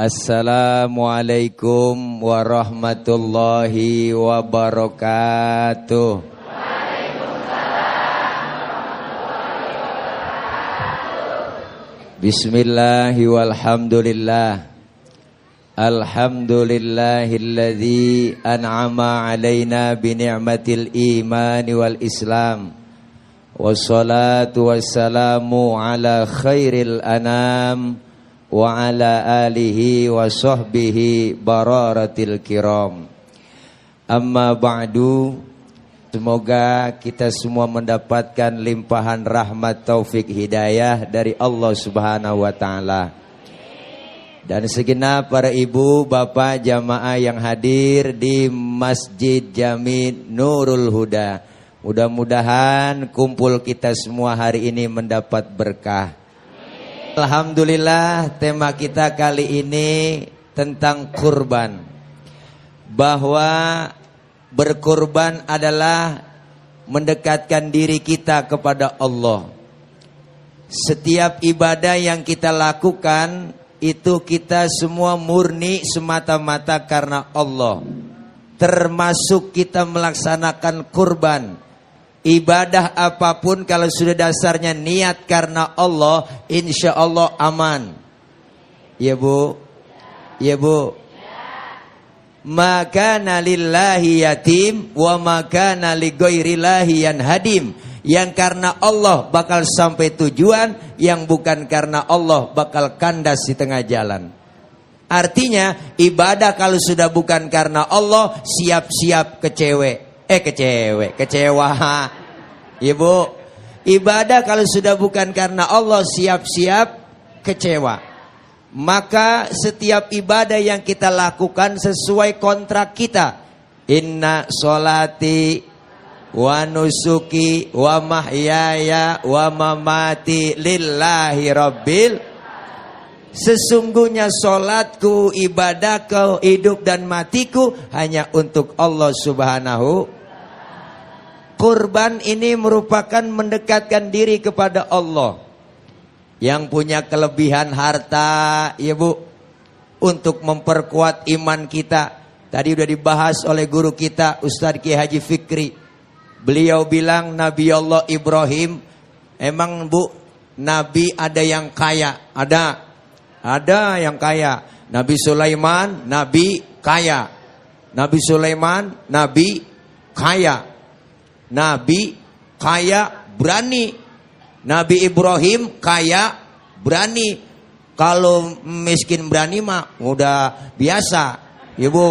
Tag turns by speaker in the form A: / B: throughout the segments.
A: Assalamualaikum warahmatullahi wabarakatuh. Bismillahi walhamdulillah. Alhamdulillahilladzi an'ama alaina bini'matil imani wal islam. Wassalatu wassalamu ala khairil anam wa ala alihi wa sahbihi bararatil kiram. Amma ba'du. Semoga kita semua mendapatkan limpahan rahmat taufik hidayah dari Allah Subhanahu wa taala. Dan segenap para ibu, bapak, jamaah yang hadir di Masjid Jami Nurul Huda. Mudah-mudahan kumpul kita semua hari ini mendapat berkah. Alhamdulillah, tema kita kali ini tentang kurban. Bahwa berkurban adalah mendekatkan diri kita kepada Allah. Setiap ibadah yang kita lakukan itu kita semua murni semata-mata karena Allah. Termasuk kita melaksanakan kurban. Ibadah apapun kalau sudah dasarnya niat karena Allah, insya Allah aman. Ya bu, ya bu. Maka nalillahi yatim, wa maka naligoirillahi yanhadim. Yang karena Allah bakal sampai tujuan, yang bukan karena Allah bakal kandas di tengah jalan. Artinya ibadah kalau sudah bukan karena Allah, siap-siap kecewa. Ibu, ibadah kalau sudah bukan karena Allah, siap-siap kecewa. Maka setiap ibadah yang kita lakukan sesuai kontrak kita. Inna sholati wa nusuki wa mahyaya wa mamati lillahi rabbil. Sesungguhnya sholatku, ibadahku, hidup dan matiku hanya untuk Allah Subhanahu. Kurban ini merupakan mendekatkan diri kepada Allah. Yang punya kelebihan harta, ya bu, untuk memperkuat iman kita. Tadi sudah dibahas oleh guru kita Ustadz Kiai Haji Fikri. Beliau bilang Nabi Allah Ibrahim, emang bu, Nabi ada yang kaya? Ada yang kaya. Nabi Sulaiman, Nabi kaya. Nabi Sulaiman, Nabi kaya. Nabi kaya berani. Nabi Ibrahim kaya berani. Kalau miskin berani mah udah biasa, ibu.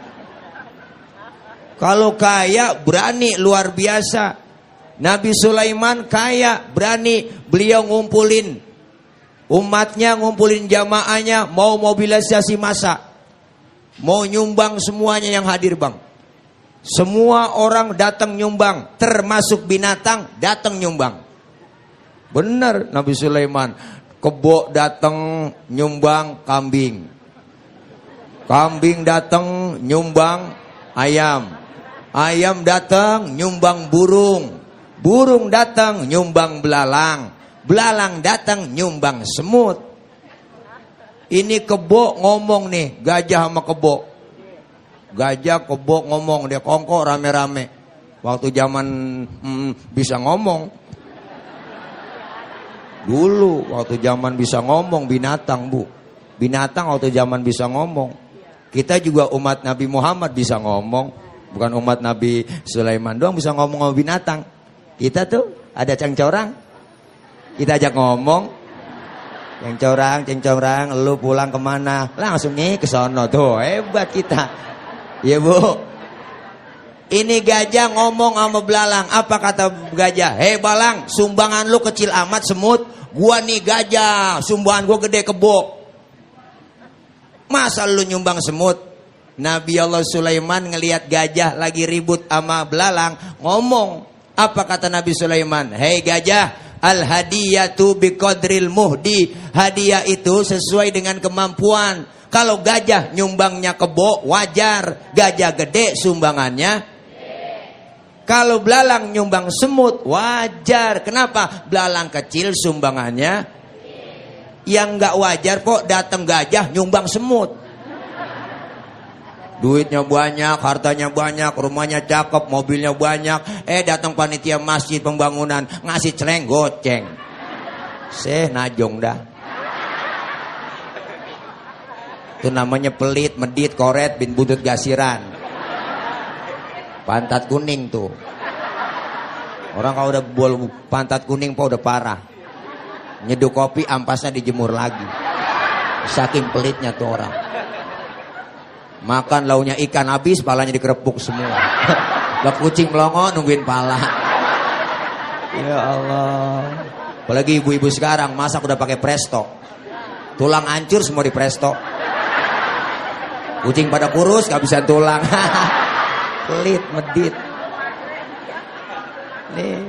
A: Kalau kaya berani luar biasa. Nabi Sulaiman kaya berani. Beliau ngumpulin umatnya, ngumpulin jamaahnya, mau mobilisasi massa, mau nyumbang semuanya yang hadir bang. Semua orang datang nyumbang, termasuk binatang datang nyumbang. Benar Nabi Sulaiman. Kebo datang nyumbang kambing. Kambing datang nyumbang ayam. Ayam datang nyumbang burung. Burung datang nyumbang belalang. Belalang datang nyumbang semut. Ini kebo ngomong nih, gajah sama kebo. Gajah kebo ngomong, dia kongko rame-rame. Waktu zaman bisa ngomong. Dulu waktu zaman bisa ngomong binatang bu. Binatang waktu zaman bisa ngomong. Kita juga umat Nabi Muhammad bisa ngomong. Bukan umat Nabi Sulaiman doang bisa ngomong sama binatang. Kita tuh ada cengcorang, kita ajak ngomong. Cengcorang, lu pulang kemana? Langsung nih ke sono tuh, hebat kita. Ya bu, ini gajah ngomong sama belalang. Apa kata gajah? Hei balang, sumbangan lu kecil amat semut. Gua nih gajah, sumbangan gua gede kebo. Masa lu nyumbang semut? Nabi Allah Sulaiman ngelihat gajah lagi ribut sama belalang, ngomong. Apa kata Nabi Sulaiman? Hei gajah, al hadiyatu biqadril muhdi. Hadiah itu sesuai dengan kemampuan. Kalau gajah nyumbangnya kebo, wajar. Gajah gede sumbangannya. Kalau belalang nyumbang semut, wajar. Kenapa? Belalang kecil sumbangannya. Yang nggak wajar kok datang gajah nyumbang semut. Duitnya banyak, hartanya banyak, rumahnya cakep, mobilnya banyak. Datang panitia masjid pembangunan ngasih celeng goceng. Najong dah. Itu namanya pelit, medit, koret, bin butut gasiran. Pantat kuning tuh. Orang kalau udah bol pantat kuning udah parah. Nyeduh kopi ampasnya dijemur lagi. Saking pelitnya tuh orang. Makan launya ikan habis, palanya dikerepuk semua. Lah kucing melongo nungguin pala. Ya Allah. Apalagi ibu-ibu sekarang masak udah pakai presto. Tulang hancur semua di presto. Kucing pada kurus gak bisa tulang. Pelit, medit. Nih.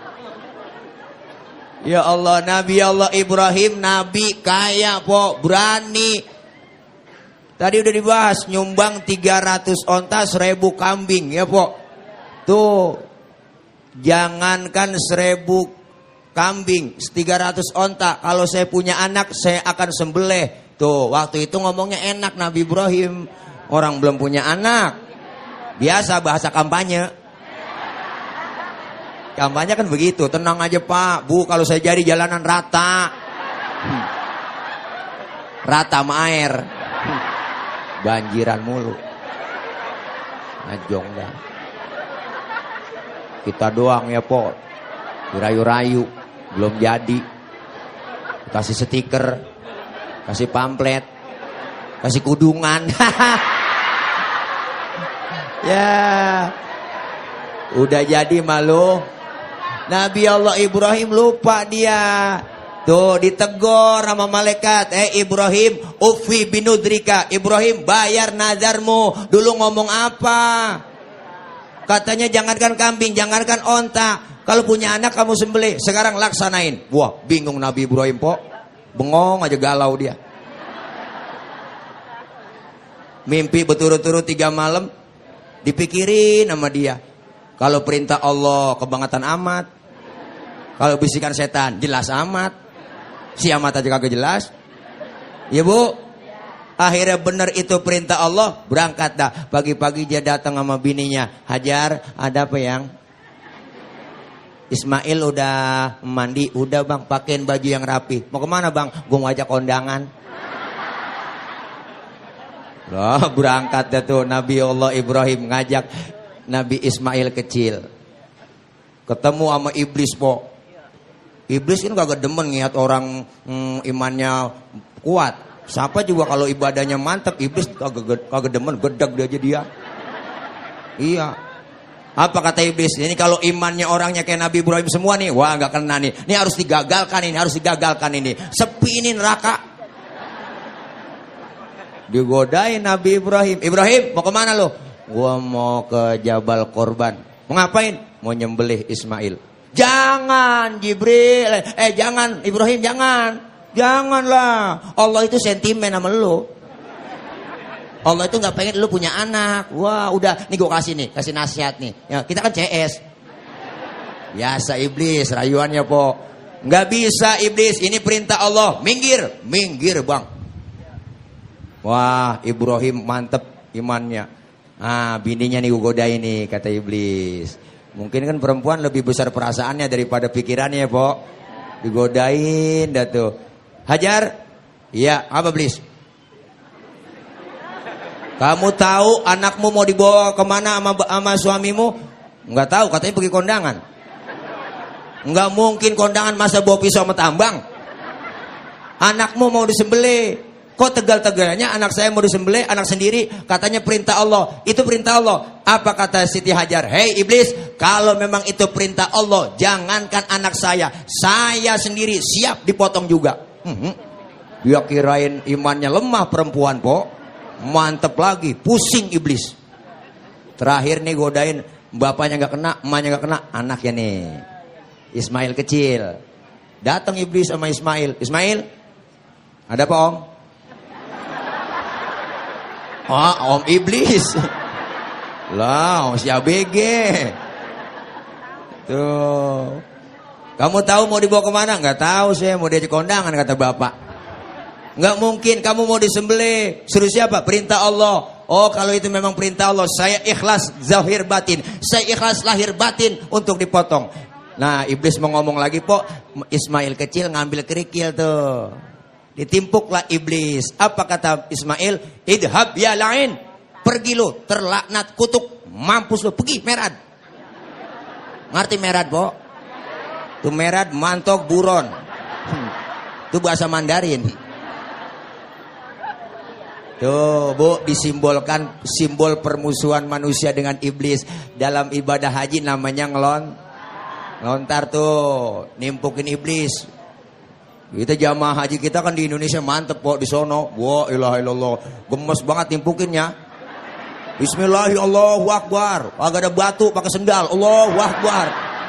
A: Ya Allah, Nabi Allah Ibrahim, Nabi kaya po, berani. Tadi udah dibahas, nyumbang 300 onta 1000 kambing ya po. Tuh, jangankan 1000 kambing, 300 onta. Kalau saya punya anak, saya akan sembelih. Tuh, waktu itu ngomongnya enak Nabi Ibrahim. Orang belum punya anak. Biasa bahasa kampanye. Kampanye kan begitu, tenang aja Pak, Bu, kalau saya jadi jalanan rata. Rata sama air. Banjiran mulu. Najong dah. Kita doang ya po. Dirayu-rayu, belum jadi. Kasih stiker, kasih pamflet, kasih kudungan. Ya. Udah jadi malu. Nabi Allah Ibrahim lupa dia. Tuh ditegur sama malaikat. Ibrahim, ufi binudrika. Ibrahim, bayar nazarmu. Dulu ngomong apa? Katanya jangankan kambing, jangankan onta. Kalau punya anak kamu sembelih. Sekarang laksanain. Wah, bingung Nabi Ibrahim po. Bengong aja, galau dia. Mimpi berturut-turut 3 malam. Dipikirin sama dia. Kalau perintah Allah kebangetan amat. Kalau bisikan setan jelas amat. Si amat aja kagak jelas. Ya Bu. Akhirnya benar itu perintah Allah. Berangkat dah. Pagi-pagi dia datang sama bininya. Hajar, ada apa yang? Ismail udah mandi. Udah bang, pakein baju yang rapi. Mau kemana bang? Gue mau ajak kondangan. Loh, berangkat dah tuh Nabi Allah Ibrahim ngajak Nabi Ismail kecil. Ketemu sama iblis po. Iblis kan kagak demen ngeliat orang imannya kuat. Siapa juga kalau ibadahnya mantap, iblis kagak demen, gedeg dia aja dia. Iya. Apa kata iblis? Ini kalau imannya orangnya kayak Nabi Ibrahim semua nih, wah nggak kena nih. Ini harus digagalkan ini, harus digagalkan ini. Sepi ini neraka. Digodain Nabi Ibrahim. Ibrahim, mau kemana lo? Gua mau ke Jabal Korban. Mau ngapain? Mau nyembelih Ismail. Jangan Jibril. Jangan Ibrahim, jangan. Janganlah. Allah itu sentimen sama lo. Allah itu gak pengen lo punya anak. Wah udah, nih gue kasih nih, kasih nasihat nih ya, kita kan CS. Biasa iblis, rayuannya po. Gak bisa iblis, ini perintah Allah. Minggir, minggir bang. Wah Ibrahim mantep imannya. Bininya nih gue godain nih, kata iblis. Mungkin kan perempuan lebih besar perasaannya daripada pikirannya po. Digodain dah tuh. Hajar. Iya, apa iblis? Kamu tahu anakmu mau dibawa kemana sama suamimu? Enggak tahu, katanya pergi kondangan. Enggak mungkin kondangan masa bawa pisau sama tambang. Anakmu mau disembelih. Kok tegal-tegalnya anak saya mau disembelih, anak sendiri, katanya perintah Allah. Itu perintah Allah. Apa kata Siti Hajar? Hei iblis, kalau memang itu perintah Allah, jangankan anak saya sendiri siap dipotong juga. Dia kirain imannya lemah perempuan po. Mantep lagi, pusing iblis. Terakhir nih godain, bapaknya gak kena, emaknya gak kena, anaknya nih Ismail kecil. Datang iblis sama Ismail. Ismail, ada apa om? Om iblis. Lah, om si ABG. Tuh. Kamu tahu mau dibawa kemana? Enggak tahu saya, mau diajak kondangan kata bapak. Nggak mungkin kamu mau disembelih. Suruh siapa? Perintah Allah. Oh, kalau itu memang perintah Allah, saya ikhlas zahir batin. Saya ikhlas lahir batin untuk dipotong. Nah, iblis mau ngomong lagi, po. Ismail kecil ngambil kerikil tuh. Ditimpuklah iblis. Apa kata Ismail? Idhab ya lain. Pergi lu, terlaknat kutuk. Mampus lu, pergi merad. Ngerti merad, po? Tuh merad, mantok, buron. Itu bahasa Mandarin. Tuh, Bu, disimbolkan simbol permusuhan manusia dengan iblis. Dalam ibadah haji namanya ngelontar tuh, nimpukin iblis. Kita jamaah haji kita kan di Indonesia mantep kok di sono. Wah, ilaha illallah. Gemes banget nimpukinnya. Bismillahirrahmanirrahim, Allahu Akbar. Agak ada batu pakai sendal. Allahu Akbar.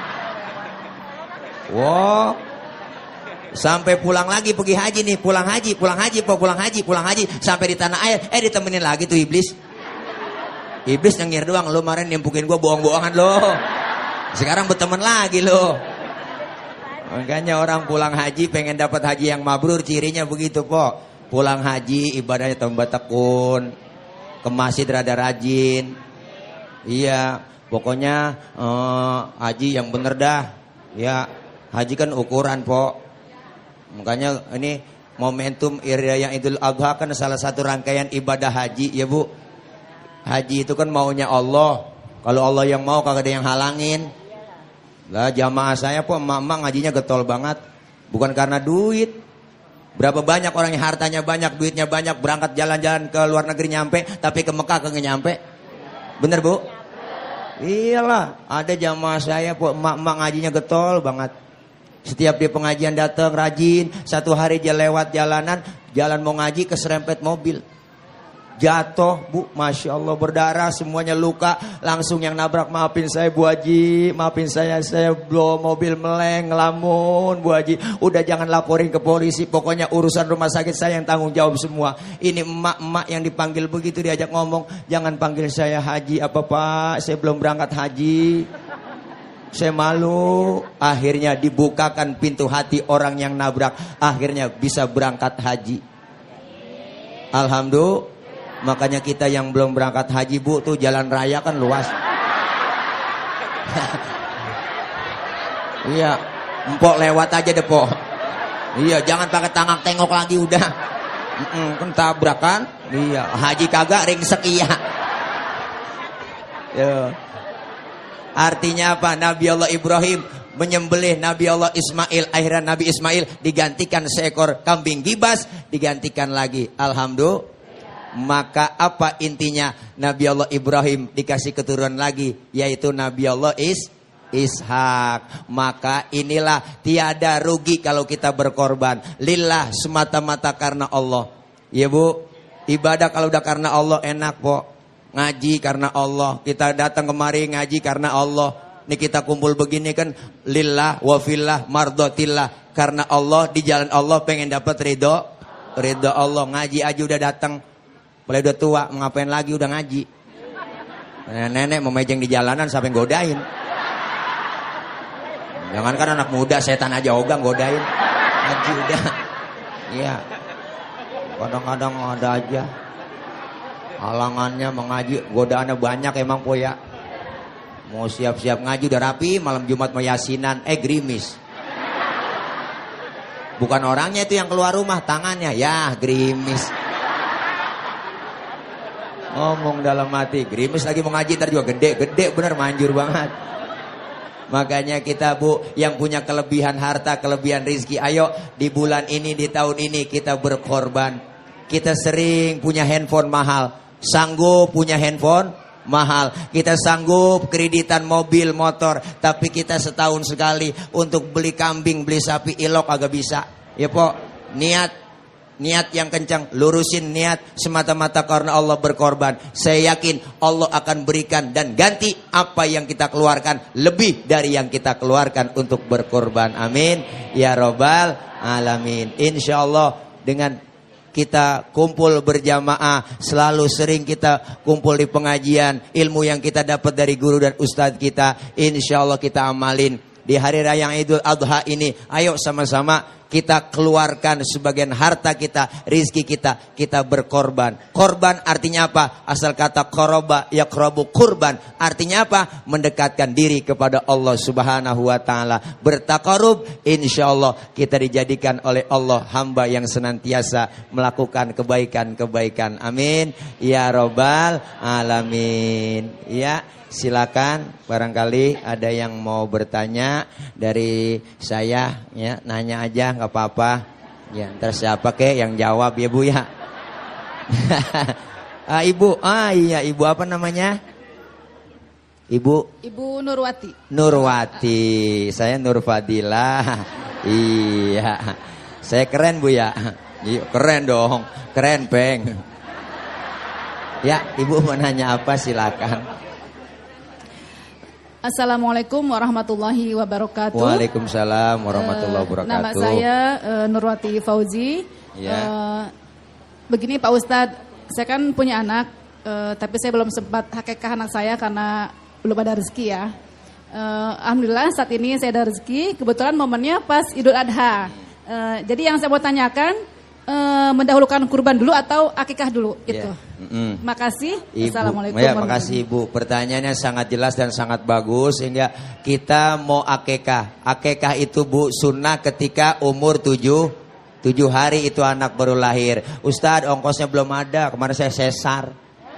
A: Wah. Sampai pulang lagi pergi haji nih, pulang haji, sampai di tanah air, ditemenin lagi tuh iblis. Iblis nyengir doang, lo kemarin nimpukin gua bohong-bohongan lo. Sekarang berteman lagi lo. Makanya orang pulang haji pengen dapat haji yang mabrur, cirinya begitu kok. Pulang haji ibadahnya tambah tekun, ke masjid rada rajin. Iya, pokoknya haji yang bener dah. Ya, haji kan ukuran, po. Makanya ini momentum Raya Idul Adha kan salah satu rangkaian ibadah haji ya, Bu. Haji itu kan maunya Allah. Kalau Allah yang mau kagak ada yang halangin. Lah jamaah saya po emak-emak ngajinya getol banget. Bukan karena duit. Berapa banyak orang yang hartanya banyak, duitnya banyak, berangkat jalan-jalan ke luar negeri nyampe, tapi ke Mekah kagak nyampe. Bener, Bu? Iyalah, ada jamaah saya po emak-emak ngajinya getol banget. Setiap dia pengajian datang rajin, satu hari dia lewat jalan mau ngaji keserempet mobil. Jatuh, Bu, Masya Allah berdarah, semuanya luka. Langsung yang nabrak, maafin saya Bu Haji, maafin saya bawa mobil meleng, ngelamun Bu Haji. Udah jangan laporin ke polisi, pokoknya urusan rumah sakit saya yang tanggung jawab semua. Ini emak-emak yang dipanggil begitu diajak ngomong, jangan panggil saya Haji apa Pak, saya belum berangkat haji. Saya malu. Akhirnya dibukakan pintu hati orang yang nabrak, akhirnya bisa berangkat haji. Alhamdulillah. Makanya kita yang belum berangkat haji, Bu, tuh jalan raya kan luas. Iya, empok lewat aja deh, Po. Iya, jangan pakai tangak tengok lagi udah. Kan tabrak kan? Iya, haji kagak ringsek iya. Ya. Artinya apa? Nabi Allah Ibrahim menyembelih Nabi Allah Ismail. Akhirnya Nabi Ismail digantikan seekor kambing gibas, digantikan lagi. Alhamdulillah. Maka apa intinya? Nabi Allah Ibrahim dikasih keturunan lagi, yaitu Nabi Allah Ishak. Maka inilah tiada rugi kalau kita berkorban. Lillah, semata-mata karena Allah. Ya, Bu, ibadah kalau udah karena Allah enak, Po. Ngaji karena Allah, kita datang kemari ngaji karena Allah. Ini kita kumpul begini kan lillah wa fillah mardotillah, karena Allah, di jalan Allah, pengen dapat ridho Allah. Ngaji aja udah datang, padahal udah tua, ngapain lagi udah ngaji. Nenek mau mejeng di jalanan sampai godain. Jangan kan anak muda, setan aja ogah godain. Ngaji udah. Iya. Kadang-kadang ada aja halangannya mengaji, godaannya banyak emang, Po ya. Mau siap-siap ngaji udah rapi, malam Jumat mau yasinan, gerimis. Bukan orangnya itu yang keluar rumah, tangannya ya gerimis. Ngomong dalam hati, gerimis lagi mau ngaji ntar juga gede bener, manjur banget. Makanya kita, Bu, yang punya kelebihan harta, kelebihan rizki, ayo di bulan ini, di tahun ini kita berkorban. Kita sering punya handphone mahal, sanggup punya handphone mahal. Kita sanggup kreditan mobil, motor, tapi kita setahun sekali untuk beli kambing, beli sapi, ilok agak bisa. Ya, Po, niat yang kencang, lurusin niat semata-mata karena Allah berkorban. Saya yakin Allah akan berikan dan ganti apa yang kita keluarkan lebih dari yang kita keluarkan untuk berkorban. Amin ya robbal alamin. Insyaallah dengan kita kumpul berjamaah, selalu sering kita kumpul di pengajian, ilmu yang kita dapat dari guru dan ustadz kita, insya Allah kita amalin di hari raya Idul Adha ini. Ayo sama-sama kita keluarkan sebagian harta kita, rizki kita, kita berkorban. Korban artinya apa? Asal kata qoroba yaqrabu kurban. Artinya apa? Mendekatkan diri kepada Allah Subhanahu wa ta'ala. Bertakarub, insyaallah kita dijadikan oleh Allah hamba yang senantiasa melakukan kebaikan-kebaikan. Amin ya rabbal alamin. Ya, silakan, barangkali ada yang mau bertanya dari saya, ya, nanya aja nggak apa-apa. Ya, ntar siapa kek yang jawab ya Bu ya. Ibu, iya, Ibu apa namanya? Ibu
B: Nurwati.
A: Nurwati, saya Nur Fadilah. Iya, saya keren Bu ya. Iya, keren dong, keren Peng. Ya, Ibu mau nanya apa silakan.
B: Assalamualaikum warahmatullahi wabarakatuh.
A: Waalaikumsalam warahmatullahi wabarakatuh.
B: Nama saya Nurwati Fauzi.
A: Ya.
B: Begini Pak Ustadz, saya kan punya anak, tapi saya belum sempat hakikah anak saya karena belum ada rezeki ya. Alhamdulillah saat ini saya ada rezeki, kebetulan momennya pas Idul Adha. Jadi yang saya mau tanyakan, mendahulukan kurban dulu atau akikah dulu gitu. Makasih.
A: Ibu,
B: Assalamualaikum.
A: Ya, makasih Ibu. Pertanyaannya sangat jelas dan sangat bagus sehingga kita mau akikah. Akikah itu Bu sunnah ketika umur 7 hari itu anak baru lahir. Ustadz, ongkosnya belum ada. Kemarin saya sesar.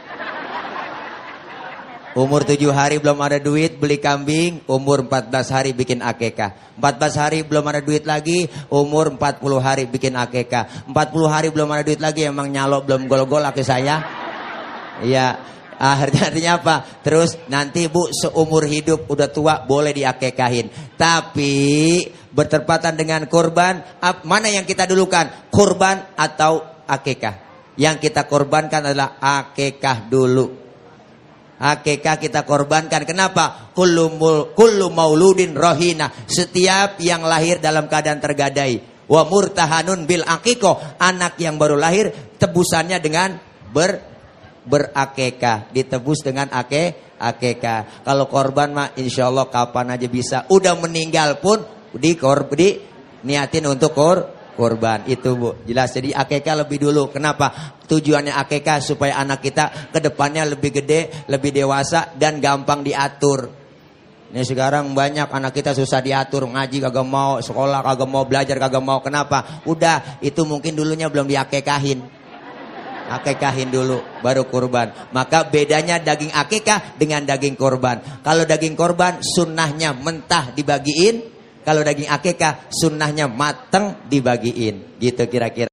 A: Umur 7 hari belum ada duit beli kambing, umur 14 hari bikin akekah. 14 hari belum ada duit lagi, umur 40 hari bikin akekah. 40 hari belum ada duit lagi, emang nyalok belum gol-gol laki saya. Iya, artinya apa? Terus nanti Bu seumur hidup udah tua boleh diakekahin. Tapi bertepatan dengan kurban, mana yang kita dulukan? Kurban atau akekah? Yang kita korbankan adalah akekah dulu. Akikah kita korbankan. Kenapa? Kullu mauludin rohina. Setiap yang lahir dalam keadaan tergadai. Wa murtahanun bil akikoh. Anak yang baru lahir tebusannya dengan berakikah. Ditebus dengan akikah. Kalau korban mah insya Allah kapan aja bisa. Udah meninggal pun niatin untuk korban itu Bu. Jelas, jadi akikah lebih dulu. Kenapa? Tujuannya akikah supaya anak kita ke depannya lebih gede, lebih dewasa dan gampang diatur. Ini sekarang banyak anak kita susah diatur, ngaji kagak mau, sekolah kagak mau, belajar kagak mau. Kenapa? Udah, itu mungkin dulunya belum diakikahin. Akikahin dulu baru kurban. Maka bedanya daging akikah dengan daging kurban. Kalau daging kurban sunnahnya mentah dibagiin. Kalau daging akikah sunnahnya mateng dibagiin. Gitu kira-kira.